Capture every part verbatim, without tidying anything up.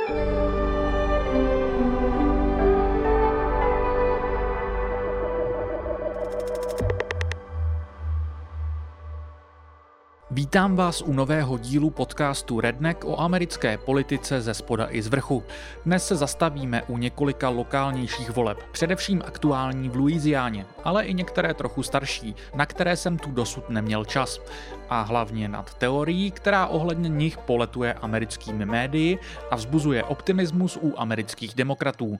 Vítám vás u nového dílu podcastu Redneck o americké politice ze spoda i z vrchu. Dnes se zastavíme u několika lokálnějších voleb, především aktuální v Louisianě, ale i některé trochu starší, na které jsem tu dosud neměl čas. A hlavně nad teorií, která ohledně nich poletuje americkými médii a vzbuzuje optimismus u amerických demokratů.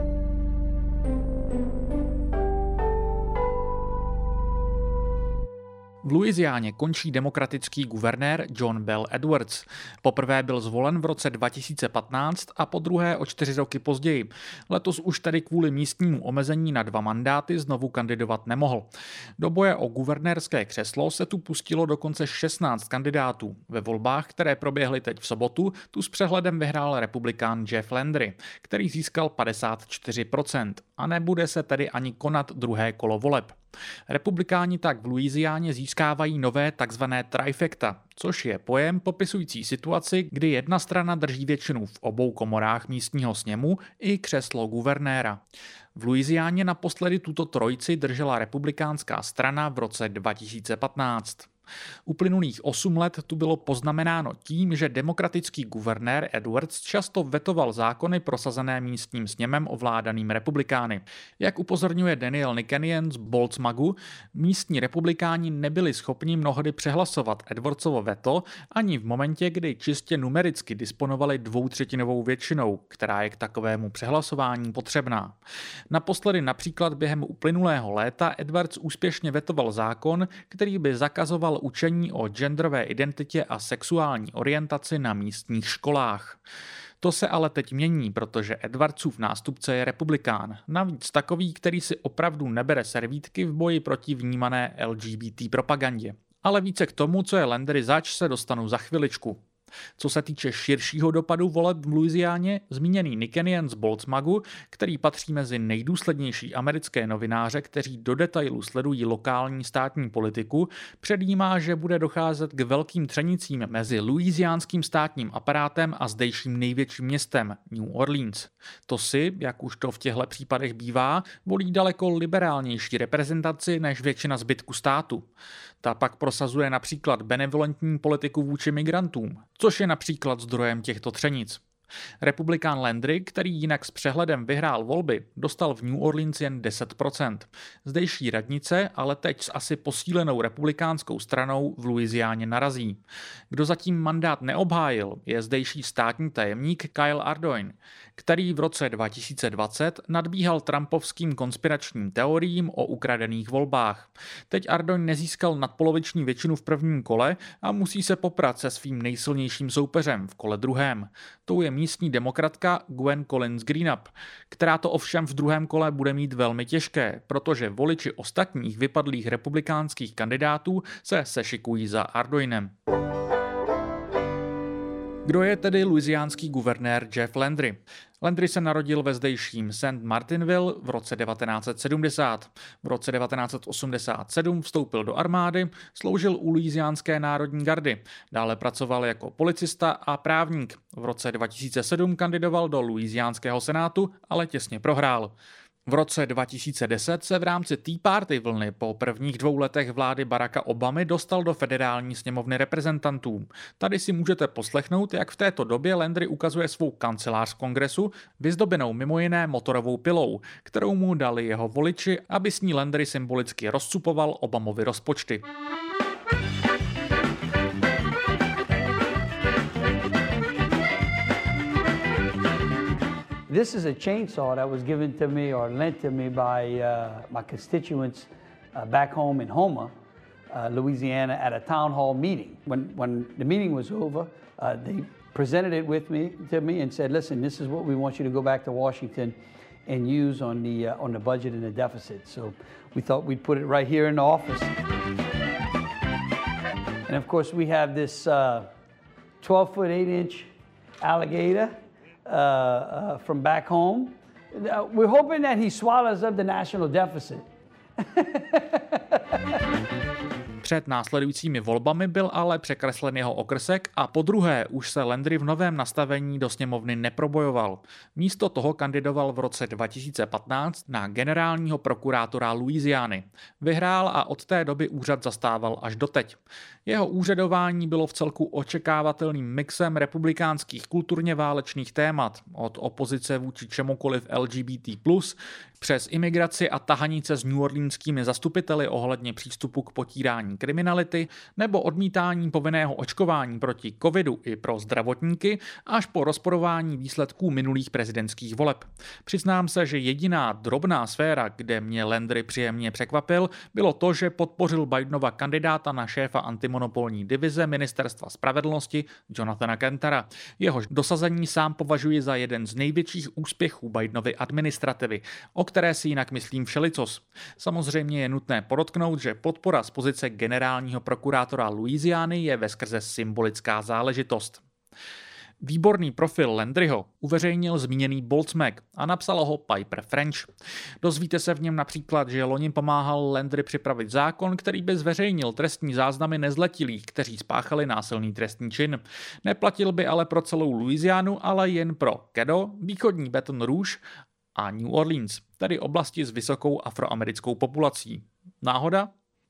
V Louisianě končí demokratický guvernér John Bel Edwards. Poprvé byl zvolen v roce dva tisíce patnáct a podruhé o čtyři roky později. Letos už tedy kvůli místnímu omezení na dva mandáty znovu kandidovat nemohl. Do boje o guvernérské křeslo se tu pustilo dokonce šestnáct kandidátů. Ve volbách, které proběhly teď v sobotu, tu s přehledem vyhrál republikán Jeff Landry, který získal padesát čtyři procent a nebude se tedy ani konat druhé kolo voleb. Republikáni tak v Louisianě získávají nové takzvané trifecta, což je pojem popisující situaci, kdy jedna strana drží většinu v obou komorách místního sněmu i křeslo guvernéra. V Louisianě naposledy tuto trojici držela republikánská strana v roce dva tisíce patnáct. Uplynulých osm let tu bylo poznamenáno tím, že demokratický guvernér Edwards často vetoval zákony prosazené místním sněmem ovládaným republikány. Jak upozorňuje Daniel Nickenian z Boltzmagu, místní republikáni nebyli schopni mnohdy přehlasovat Edwardsovo veto ani v momentě, kdy čistě numericky disponovali dvoutřetinovou většinou, která je k takovému přehlasování potřebná. Naposledy například během uplynulého léta Edwards úspěšně vetoval zákon, který by zakazoval učení o genderové identitě a sexuální orientaci na místních školách. To se ale teď mění, protože Edwardsův nástupce je republikán, navíc takový, který si opravdu nebere servítky v boji proti vnímané L G B T propagandě. Ale více k tomu, co je Landry zač, se dostanu za chviličku. Co se týče širšího dopadu voleb v Louisianě, zmíněný Nickenian z Boltzmagu, který patří mezi nejdůslednější americké novináře, kteří do detailu sledují lokální státní politiku, předjímá, že bude docházet k velkým třenicím mezi louisiánským státním aparátem a zdejším největším městem New Orleans. To si, jak už to v těchto případech bývá, volí daleko liberálnější reprezentaci než většina zbytku státu. Ta pak prosazuje například benevolentní politiku vůči migrantům, což je například zdrojem těchto třenic. Republikán Landry, který jinak s přehledem vyhrál volby, dostal v New Orleans jen deset procent. Zdejší radnice ale teď s asi posílenou republikánskou stranou v Louisianě narazí. Kdo zatím mandát neobhájil, je zdejší státní tajemník Kyle Ardoin, který v roce dva tisíce dvacet nadbíhal trumpovským konspiračním teoriím o ukradených volbách. Teď Ardoin nezískal nadpoloviční většinu v prvním kole a musí se poprat se svým nejsilnějším soupeřem v kole druhém. Tou je místní demokratka Gwen Collins Greenup, která to ovšem v druhém kole bude mít velmi těžké, protože voliči ostatních vypadlých republikánských kandidátů se sešikují za Ardoinem. Kdo je tedy louisiánský guvernér Jeff Landry? Landry se narodil ve zdejším Saint Martinville v roce devatenáct set sedmdesát. V roce devatenáct set osmdesát sedm vstoupil do armády, sloužil u louisiánské národní gardy. Dále pracoval jako policista a právník. V roce dva tisíce sedm kandidoval do louisiánského senátu, ale těsně prohrál. V roce dva tisíce deset se v rámci Tea Party vlny po prvních dvou letech vlády Baracka Obamy dostal do federální sněmovny reprezentantů. Tady si můžete poslechnout, jak v této době Landry ukazuje svou kancelář v kongresu, vyzdobenou mimo jiné motorovou pilou, kterou mu dali jeho voliči, aby s ní Landry symbolicky rozcupoval Obamovy rozpočty. This is a chainsaw that was given to me or lent to me by uh, my constituents uh, back home in Houma, uh, Louisiana, at a town hall meeting. When, when the meeting was over, uh, they presented it with me to me and said, "Listen, this is what we want you to go back to Washington and use on the uh, on the budget and the deficit." So we thought we'd put it right here in the office. And of course, we have this uh, twelve foot eight inch alligator. Uh, uh, from back home. Uh, we're hoping that he swallows up the national deficit. Před následujícími volbami byl ale překreslen jeho okrsek a podruhé už se Landry v novém nastavení do sněmovny neprobojoval. Místo toho kandidoval v roce dva tisíce patnáct na generálního prokurátora Louisiany. Vyhrál a od té doby úřad zastával až doteď. Jeho úřadování bylo v celku očekávatelným mixem republikánských kulturně válečných témat, od opozice vůči čemukoliv L G B T plus, přes imigraci a tahanice s neworleanskými zastupiteli ohledně přístupu k potírání kriminality nebo odmítání povinného očkování proti covidu i pro zdravotníky, až po rozporování výsledků minulých prezidentských voleb. Přiznám se, že jediná drobná sféra, kde mě Landry příjemně překvapil, bylo to, že podpořil Bidenova kandidáta na šéfa antimonopolní divize Ministerstva spravedlnosti Jonathana Kentera. Jehož dosazení sám považuji za jeden z největších úspěchů Bidenovy administrativy, o které si jinak myslím všelicos. Samozřejmě je nutné podotknout, že podpora z pozice generálního prokurátora Louisiany je veskrze symbolická záležitost. Výborný profil Landryho uveřejnil zmíněný Boltzmann a napsala ho Piper French. Dozvíte se v něm například, že loni pomáhal Landry připravit zákon, který by zveřejnil trestní záznamy nezletilých, kteří spáchali násilný trestný čin. Neplatil by ale pro celou Louisianu, ale jen pro Caddo, východní Baton Rouge a New Orleans, tedy oblasti s vysokou afroamerickou populací. Náhoda?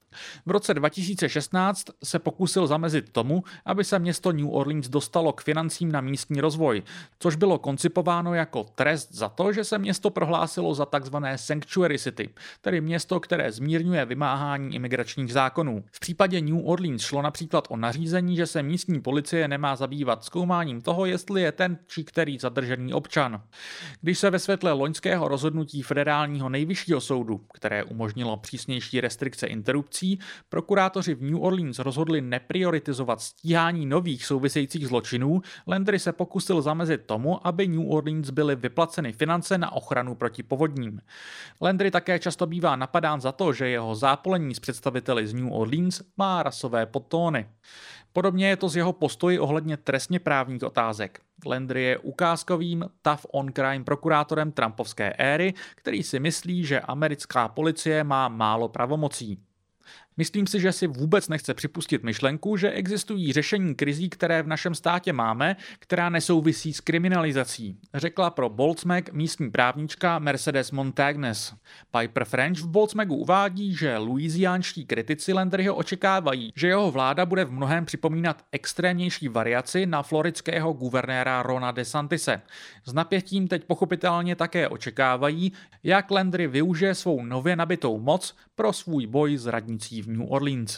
V roce dva tisíce šestnáct se pokusil zamezit tomu, aby se město New Orleans dostalo k financím na místní rozvoj, což bylo koncipováno jako trest za to, že se město prohlásilo za takzvané Sanctuary City, tedy město, které zmírňuje vymáhání imigračních zákonů. V případě New Orleans šlo například o nařízení, že se místní policie nemá zabývat zkoumáním toho, jestli je ten či který zadržený občan. Když se ve světle loňského rozhodnutí federálního nejvyššího soudu, které umožnilo přísnější restrikce interrupcí, prokurátoři v New Orleans rozhodli neprioritizovat stíhání nových souvisejících zločinů, Landry se pokusil zamezit tomu, aby New Orleans byly vyplaceny finance na ochranu proti povodním. Landry také často bývá napadán za to, že jeho zápolení s představiteli z New Orleans má rasové podtóny. Podobně je to z jeho postoji ohledně trestně právních otázek. Landry je ukázkovým tough on crime prokurátorem trumpovské éry, který si myslí, že americká policie má málo pravomocí. Myslím si, že si vůbec nechce připustit myšlenku, že existují řešení krizí, které v našem státě máme, která nesouvisí s kriminalizací, řekla pro Boltzmann místní právnička Mercedes Montagnes. Piper French v Boltzmannu uvádí, že louisiánští kritici Landryho očekávají, že jeho vláda bude v mnohém připomínat extrémnější variaci na floridského guvernéra Rona DeSantise. S napětím teď pochopitelně také očekávají, jak Landry využije svou nově nabitou moc pro svůj boj s radnicí v New Orleans.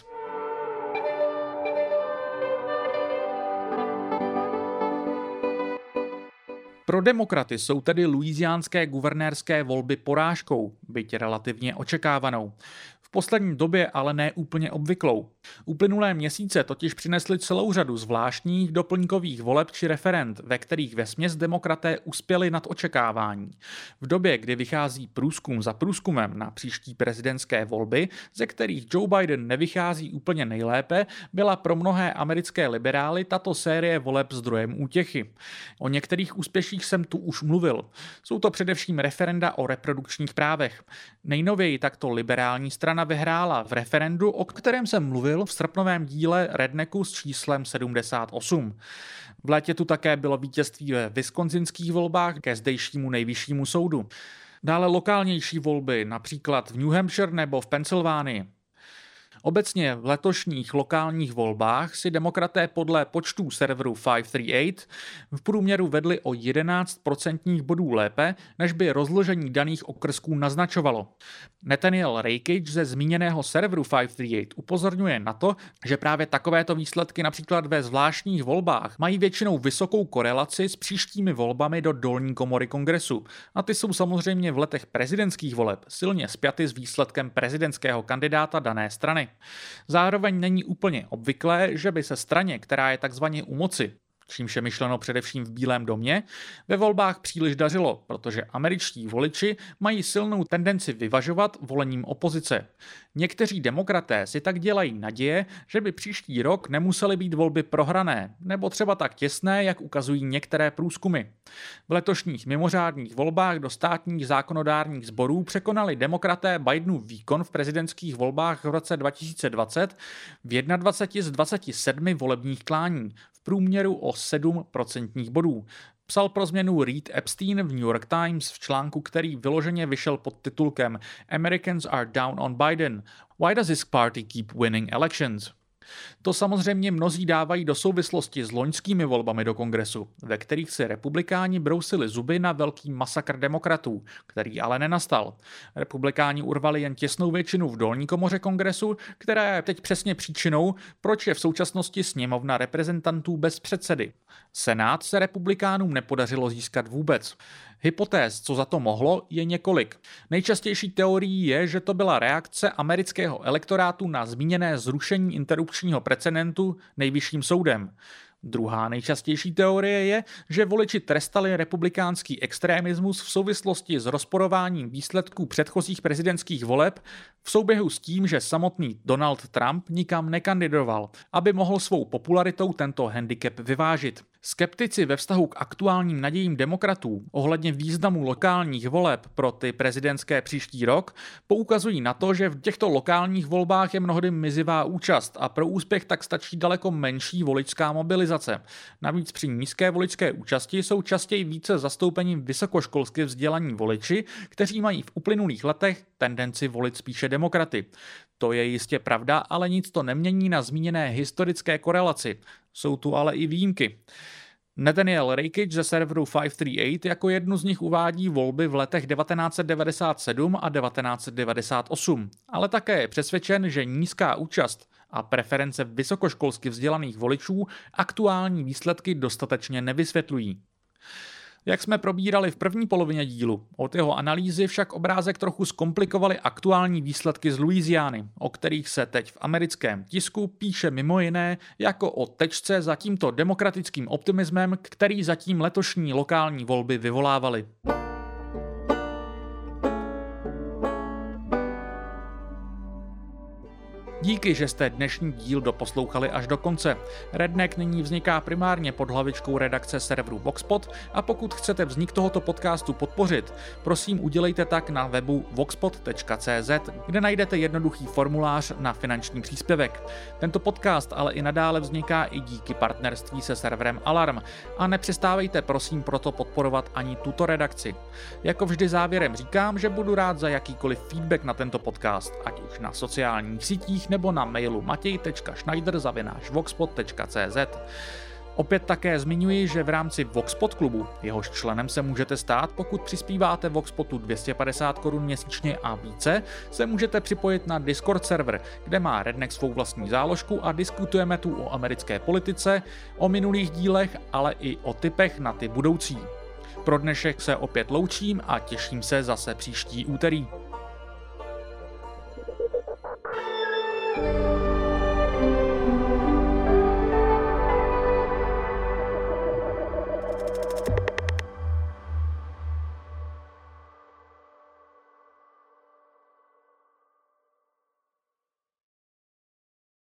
Pro demokraty jsou tedy louisiánské guvernérské volby porážkou, byť relativně očekávanou. V poslední době ale ne úplně obvyklou. Uplynulé měsíce totiž přinesly celou řadu zvláštních doplňkových voleb či referend, ve kterých vesměs demokraté uspěli nad očekávání. V době, kdy vychází průzkum za průzkumem na příští prezidentské volby, ze kterých Joe Biden nevychází úplně nejlépe, byla pro mnohé americké liberály tato série voleb zdrojem útěchy. O některých úspěších jsem tu už mluvil. Jsou to především referenda o reprodukčních právech. Nejnověji takto liberální strana vyhrála v referendu, o kterém jsem mluvil v srpnovém díle Rednecku s číslem sedmdesát osm. V létě tu také bylo vítězství ve wisconsinských volbách ke zdejšímu nejvyššímu soudu. Dále lokálnější volby, například v New Hampshire nebo v Pensylvánii. Obecně v letošních lokálních volbách si demokraté podle počtů serveru pět tři osm v průměru vedli o jedenáct procentních bodů lépe, než by rozložení daných okrsků naznačovalo. Nathaniel Rakich ze zmíněného serveru pět tři osm upozorňuje na to, že právě takovéto výsledky například ve zvláštních volbách mají většinou vysokou korelaci s příštími volbami do dolní komory kongresu. A ty jsou samozřejmě v letech prezidentských voleb silně spjaty s výsledkem prezidentského kandidáta dané strany. Zároveň není úplně obvyklé, že by se straně, která je takzvaně u moci, čímž je myšleno především v Bílém domě, ve volbách příliš dařilo, protože američtí voliči mají silnou tendenci vyvažovat volením opozice. Někteří demokraté si tak dělají naděje, že by příští rok nemusely být volby prohrané, nebo třeba tak těsné, jak ukazují některé průzkumy. V letošních mimořádných volbách do státních zákonodárných sborů překonali demokraté Bidenův výkon v prezidentských volbách v roce dva tisíce dvacet v dvacet jedna z dvaceti sedmi volebních klání, v průměru o sedm procentních bodů. Psal pro změnu Reed Epstein v New York Times v článku, který vyloženě vyšel pod titulkem Americans are down on Biden. Why does his party keep winning elections? To samozřejmě mnozí dávají do souvislosti s loňskými volbami do kongresu, ve kterých si republikáni brousili zuby na velký masakr demokratů, který ale nenastal. Republikáni urvali jen těsnou většinu v dolní komoře kongresu, která je teď přesně příčinou, proč je v současnosti sněmovna reprezentantů bez předsedy. Senát se republikánům nepodařilo získat vůbec. Hypotéz, co za to mohlo, je několik. Nejčastější teorií je, že to byla reakce amerického elektorátu na zmíněné zrušení interrupčního precedentu nejvyšším soudem. Druhá nejčastější teorie je, že voliči trestali republikánský extrémismus v souvislosti s rozporováním výsledků předchozích prezidentských voleb v souběhu s tím, že samotný Donald Trump nikam nekandidoval, aby mohl svou popularitou tento handicap vyvážit. Skeptici ve vztahu k aktuálním nadějím demokratů ohledně významu lokálních voleb pro ty prezidentské příští rok poukazují na to, že v těchto lokálních volbách je mnohdy mizivá účast a pro úspěch tak stačí daleko menší voličská mobilizace. Navíc při nízké voličské účasti jsou častěji více zastoupeni vysokoškolsky vzdělaní voliči, kteří mají v uplynulých letech tendenci volit spíše demokraty. To je jistě pravda, ale nic to nemění na zmíněné historické korelaci. Jsou tu ale i výjimky. Nathaniel Rakich ze serveru pět tři osm jako jednu z nich uvádí volby v letech devatenáct set devadesát sedm a devatenáct set devadesát osm, ale také je přesvědčen, že nízká účast a preference vysokoškolsky vzdělaných voličů aktuální výsledky dostatečně nevysvětlují. Jak jsme probírali v první polovině dílu, od jeho analýzy však obrázek trochu zkomplikovaly aktuální výsledky z Louisiany, o kterých se teď v americkém tisku píše mimo jiné jako o tečce za tímto demokratickým optimismem, který zatím letošní lokální volby vyvolávaly. Díky, že jste dnešní díl doposlouchali až do konce. Redneck nyní vzniká primárně pod hlavičkou redakce serveru Voxpod a pokud chcete vznik tohoto podcastu podpořit, prosím udělejte tak na webu voxpod tečka cé zet, kde najdete jednoduchý formulář na finanční příspěvek. Tento podcast ale i nadále vzniká i díky partnerství se serverem Alarm a nepřestávejte prosím proto podporovat ani tuto redakci. Jako vždy závěrem říkám, že budu rád za jakýkoliv feedback na tento podcast, ať už na sociálních sítích nebo na mailu matěj tečka schneider zavináč voxpod tečka cé zet. Opět také zmiňuji, že v rámci Voxpod klubu, jehož členem se můžete stát, pokud přispíváte Voxpodu dvě stě padesát korun měsíčně a více, se můžete připojit na Discord server, kde má Redneck svou vlastní záložku a diskutujeme tu o americké politice, o minulých dílech, ale i o tipech na ty budoucí. Pro dnešek se opět loučím a těším se zase příští úterý. Thank you.